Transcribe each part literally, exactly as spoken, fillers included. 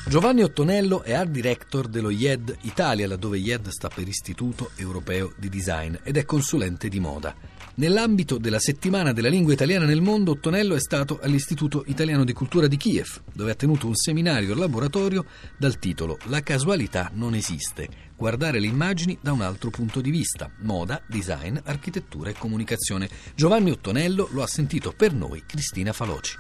Giovanni Ottonello è Art Director dello I E D Italia, laddove I E D sta per Istituto Europeo di Design, ed è consulente di moda. Nell'ambito della Settimana della Lingua Italiana nel Mondo, Ottonello è stato all'Istituto Italiano di Cultura di Kiev, dove ha tenuto un seminario laboratorio dal titolo La casualità non esiste, guardare le immagini da un altro punto di vista, moda, design, architettura e comunicazione. Giovanni Ottonello lo ha sentito per noi Cristina Faloci.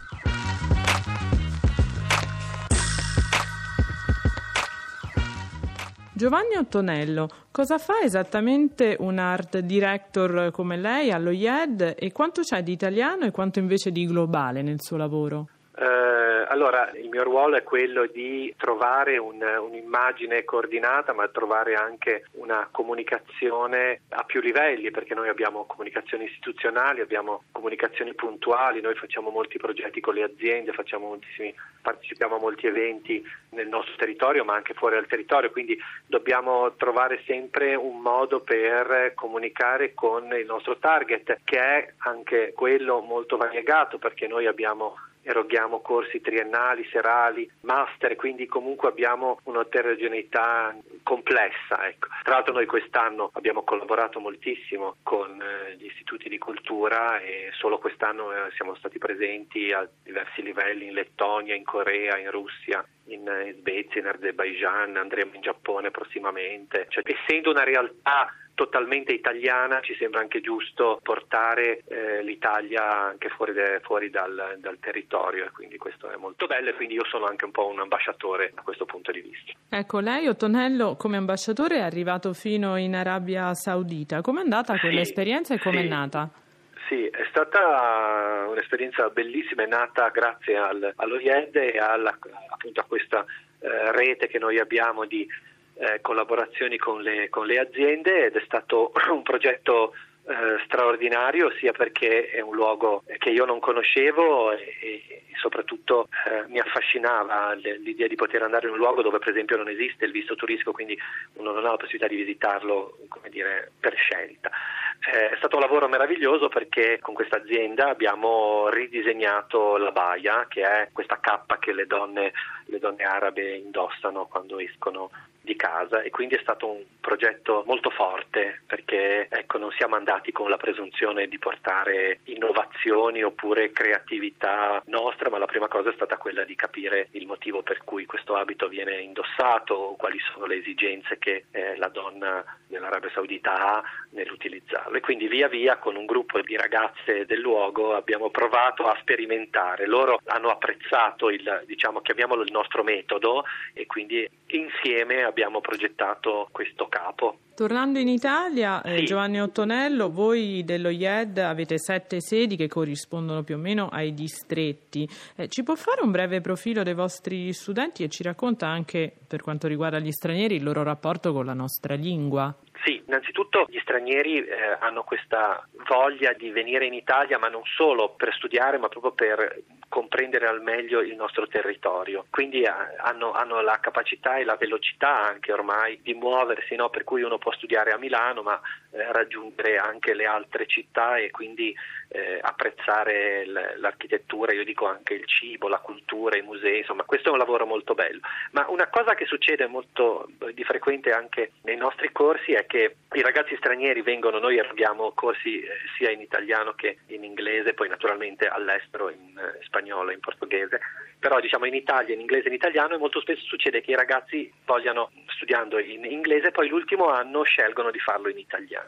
Giovanni Ottonello, cosa fa esattamente un art director come lei allo I E D e quanto c'è di italiano e quanto invece di globale nel suo lavoro? Eh, allora, il mio ruolo è quello di trovare un, un'immagine coordinata, ma trovare anche una comunicazione a più livelli, perché noi abbiamo comunicazioni istituzionali, abbiamo comunicazioni puntuali, noi facciamo molti progetti con le aziende, facciamo moltissimi, partecipiamo a molti eventi nel nostro territorio, ma anche fuori dal territorio, quindi dobbiamo trovare sempre un modo per comunicare con il nostro target, che è anche quello molto variegato, perché noi abbiamo eroghiamo corsi triennali, serali, master, quindi comunque abbiamo un'eterogeneità complessa. Ecco. Tra l'altro noi quest'anno abbiamo collaborato moltissimo con eh, gli istituti di cultura e solo quest'anno eh, siamo stati presenti a diversi livelli in Lettonia, in Corea, in Russia, in, in Svezia, in Azerbaijan, andremo in Giappone prossimamente. Cioè, essendo una realtà totalmente italiana, ci sembra anche giusto portare eh, l'Italia anche fuori, de, fuori dal, dal territorio, e quindi questo è molto bello, e quindi io sono anche un po' un ambasciatore da questo punto di vista. Ecco, lei Ottonello come ambasciatore è arrivato fino in Arabia Saudita. Com'è andata quell'esperienza sì, e com'è sì. nata? Sì, è stata un'esperienza bellissima, è nata grazie al, allo I E D e alla, appunto a questa eh, rete che noi abbiamo di Eh, collaborazioni con le, con le aziende, ed è stato un progetto eh, straordinario, sia perché è un luogo che io non conoscevo e, e soprattutto eh, mi affascinava l'idea di poter andare in un luogo dove per esempio non esiste il visto turistico, quindi uno non ha la possibilità di visitarlo, come dire, per scelta. Eh, è stato un lavoro meraviglioso perché con questa azienda abbiamo ridisegnato la baia, che è questa cappa che le donne, le donne arabe indossano quando escono di casa, e quindi è stato un progetto molto forte perché ecco non siamo andati con la presunzione di portare innovazioni oppure creatività nostra, ma la prima cosa è stata quella di capire il motivo per cui questo abito viene indossato, quali sono le esigenze che eh, la donna dell'Arabia Saudita ha nell'utilizzarlo, e quindi via via con un gruppo di ragazze del luogo abbiamo provato a sperimentare. Loro hanno apprezzato il, diciamo, chiamiamolo il nostro metodo, e quindi insieme abbiamo progettato questo capo. Tornando in Italia, sì. eh, Giovanni Ottonello, voi dello I E D avete sette sedi che corrispondono più o meno ai distretti. Eh, ci può fare un breve profilo dei vostri studenti e ci racconta anche, per quanto riguarda gli stranieri, il loro rapporto con la nostra lingua? Sì, innanzitutto gli stranieri eh, hanno questa voglia di venire in Italia, ma non solo per studiare, ma proprio per comprendere al meglio il nostro territorio. Quindi eh, hanno, hanno la capacità e la velocità anche ormai di muoversi, no? Per cui uno può studiare a Milano, ma eh, raggiungere anche le altre città e quindi eh, apprezzare l- l'architettura, io dico anche il cibo, la cultura, i musei, insomma questo è un lavoro molto bello. Ma una cosa che succede molto di frequente anche nei nostri corsi è che i ragazzi stranieri vengono, noi eroghiamo corsi eh, sia in italiano che in inglese, poi naturalmente all'estero in eh, spagnolo e in portoghese, però diciamo in Italia, in inglese e in italiano, e molto spesso succede che i ragazzi vogliano, studiando in inglese, poi l'ultimo anno scelgono di farlo in italiano.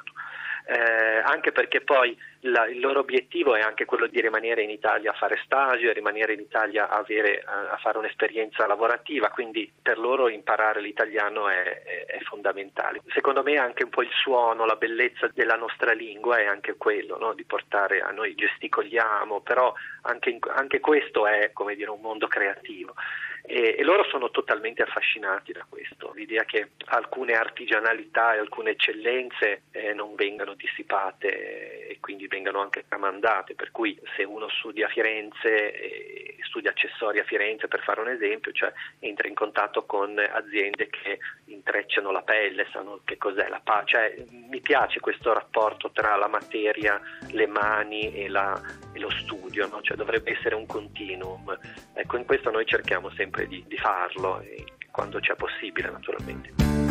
Eh, anche perché poi la, il loro obiettivo è anche quello di rimanere in Italia a fare stage, rimanere in Italia a, avere, a, a fare un'esperienza lavorativa, quindi per loro imparare l'italiano è, è, è fondamentale. Secondo me anche un po' il suono, la bellezza della nostra lingua è anche quello, no? Di portare a noi gesticoliamo, però anche, anche questo è, come dire, un mondo creativo. E, e loro sono totalmente affascinati da questo, l'idea che alcune artigianalità e alcune eccellenze eh, non vengano dissipate e quindi vengano anche tramandate, per cui se uno studia a Firenze e studia accessori a Firenze, per fare un esempio, cioè entra in contatto con aziende che intrecciano la pelle, sanno che cos'è la pace, cioè, mi piace questo rapporto tra la materia, le mani e, la, e lo studio, no? Cioè dovrebbe essere un continuum. Ecco, in questo noi cerchiamo sempre sempre di, di farlo, e quando c'è possibile naturalmente.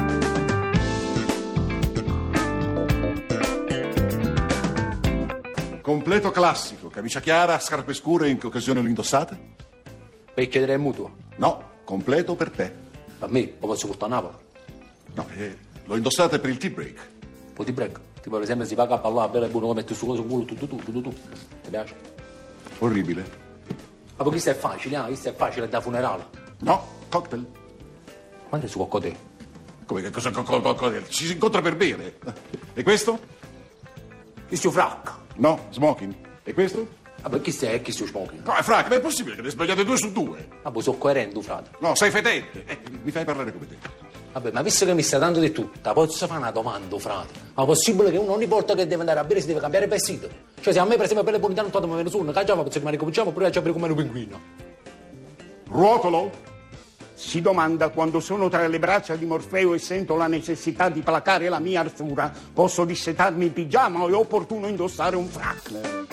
Completo classico, camicia chiara, scarpe scure, in che occasione lo indossate? Per chiedere il mutuo? No, completo per te. Per me, lo posso portare a Napoli? No, eh, lo indossate per il tea break. Un tea break? Tipo, per esempio, si va a ballare, bello e buono, lo metti su cosa culo, tu, tu, tu, tu, tu. Ti piace? Orribile. Ma poi questo è facile, ah? Questo è facile da funerale. No, cocktail. Quanto è su cocktail? Come che cosa cocktail? Ci si incontra per bere. E questo? Questo è frac. No, smoking. E questo? Vabbè, chi sei? Chi sei smoking? No, è frac, ma è possibile che ne sbagliate due su due? Vabbè, sono coerente, frate. No, sei fedente. Eh, mi fai parlare come te. Vabbè, ma visto che mi stai dando di tutto, posso fare una domanda, frate? Ma è possibile che uno ogni volta che deve andare a bere si deve cambiare vestito? Cioè, se a me, per esempio, per le bonità non trovate mi viene su, che già penso che mi ricominciamo pure a già come un pinguino. Ruotolo? Si domanda quando sono tra le braccia di Morfeo e sento la necessità di placare la mia arsura, posso dissetarmi in pigiama o è opportuno indossare un frac?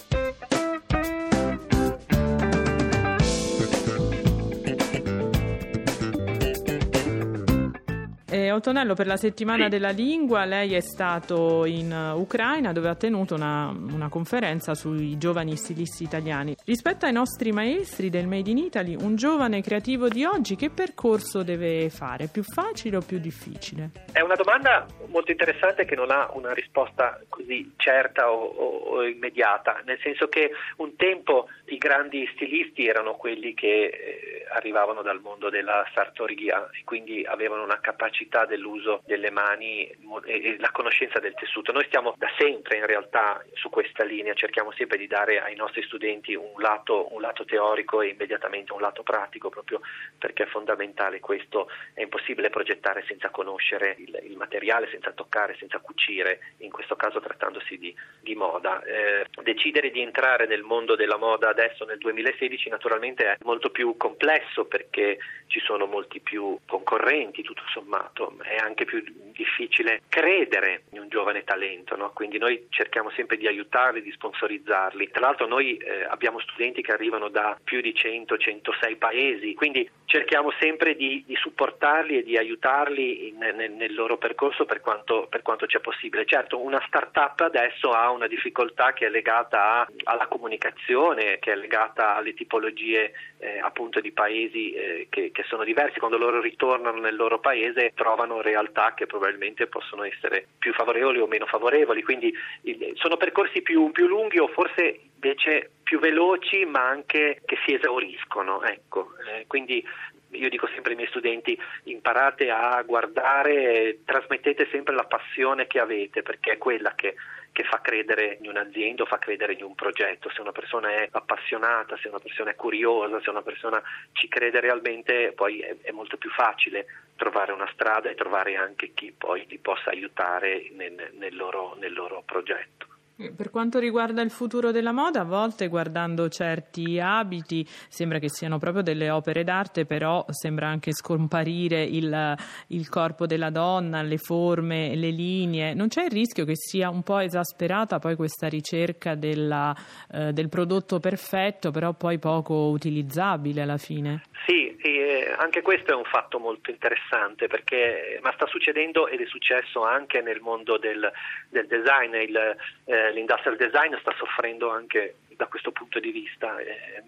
Eh, Ottonello, per la settimana sì. della lingua lei è stato in uh, Ucraina, dove ha tenuto una, una conferenza sui giovani stilisti italiani. Rispetto ai nostri maestri del Made in Italy, un giovane creativo di oggi che percorso deve fare? Più facile o più difficile? È una domanda molto interessante che non ha una risposta così certa o, o, o immediata, nel senso che un tempo i grandi stilisti erano quelli che eh, arrivavano dal mondo della sartoria e quindi avevano una capacità dell'uso delle mani e la conoscenza del tessuto. Noi stiamo da sempre in realtà su questa linea, cerchiamo sempre di dare ai nostri studenti un lato, un lato teorico e immediatamente un lato pratico, proprio perché è fondamentale questo. È impossibile progettare senza conoscere il, il materiale, senza toccare, senza cucire, in questo caso trattandosi di, di moda. Eh, decidere di entrare nel mondo della moda adesso nel duemilasedici naturalmente è molto più complesso perché ci sono molti più concorrenti, tutto sommato. È anche più difficile credere in un giovane talento, no? Quindi noi cerchiamo sempre di aiutarli, di sponsorizzarli. Tra l'altro noi eh, abbiamo studenti che arrivano da più di cento centosei paesi, quindi cerchiamo sempre di, di supportarli e di aiutarli in, nel, nel loro percorso per quanto, per quanto c'è possibile. Certo, una startup adesso ha una difficoltà che è legata a, alla comunicazione, che è legata alle tipologie eh, appunto di paesi eh, che, che sono diversi. Quando loro ritornano nel loro paese trovano realtà che probabilmente possono essere più favorevoli o meno favorevoli, quindi il, sono percorsi più, più lunghi o forse invece più veloci, ma anche che si esauriscono, ecco. Eh, quindi io dico sempre ai miei studenti: imparate a guardare, trasmettete sempre la passione che avete, perché è quella che, che fa credere in un'azienda o fa credere in un progetto. Se una persona è appassionata, se una persona è curiosa, se una persona ci crede realmente, poi è, è molto più facile trovare una strada e trovare anche chi poi li possa aiutare nel, nel, loro, nel loro progetto. Per quanto riguarda il futuro della moda, a volte guardando certi abiti sembra che siano proprio delle opere d'arte, però sembra anche scomparire il, il corpo della donna, le forme, le linee. Non c'è il rischio che sia un po' esasperata poi questa ricerca della, eh, del prodotto perfetto, però poi poco utilizzabile alla fine? Sì, e anche questo è un fatto molto interessante, perché ma sta succedendo ed è successo anche nel mondo del, del design. Il, eh, l'industrial design sta soffrendo anche da questo punto di vista. Eh,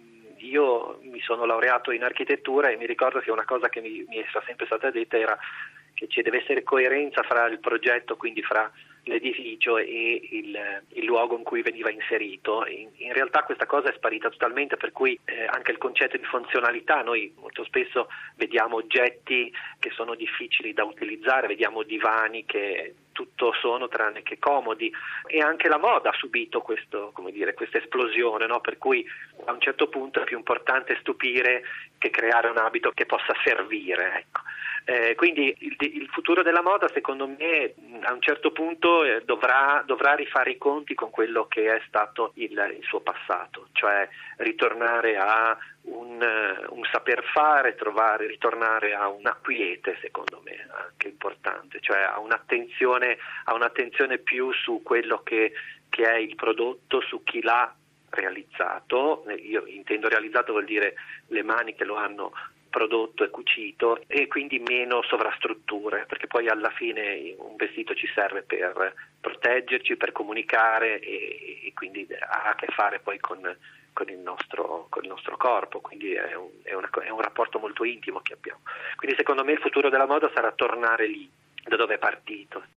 io mi sono laureato in architettura e mi ricordo che una cosa che mi, mi è sempre stata detta era che ci deve essere coerenza fra il progetto, quindi fra l'edificio e il, il luogo in cui veniva inserito. In, in realtà questa cosa è sparita totalmente, per cui eh, anche il concetto di funzionalità, noi molto spesso vediamo oggetti che sono difficili da utilizzare, vediamo divani che tutto sono tranne che comodi, e anche la moda ha subito questo, come dire, questa esplosione, no? Per cui a un certo punto è più importante stupire che creare un abito che possa servire, ecco. Eh, quindi il, il futuro della moda, secondo me, a un certo punto eh, dovrà, dovrà rifare i conti con quello che è stato il, il suo passato, cioè ritornare a un, uh, un saper fare, trovare, ritornare a una quiete, secondo me, anche importante, cioè a un'attenzione, a un'attenzione più su quello che, che è il prodotto, su chi l'ha realizzato. Io intendo realizzato vuol dire le mani che lo hanno prodotto e cucito, e quindi meno sovrastrutture, perché poi alla fine un vestito ci serve per proteggerci, per comunicare e, e quindi ha a che fare poi con, con, il, nostro, con il nostro corpo, quindi è un, è, una, è un rapporto molto intimo che abbiamo. Quindi secondo me il futuro della moda sarà tornare lì, da dove è partito.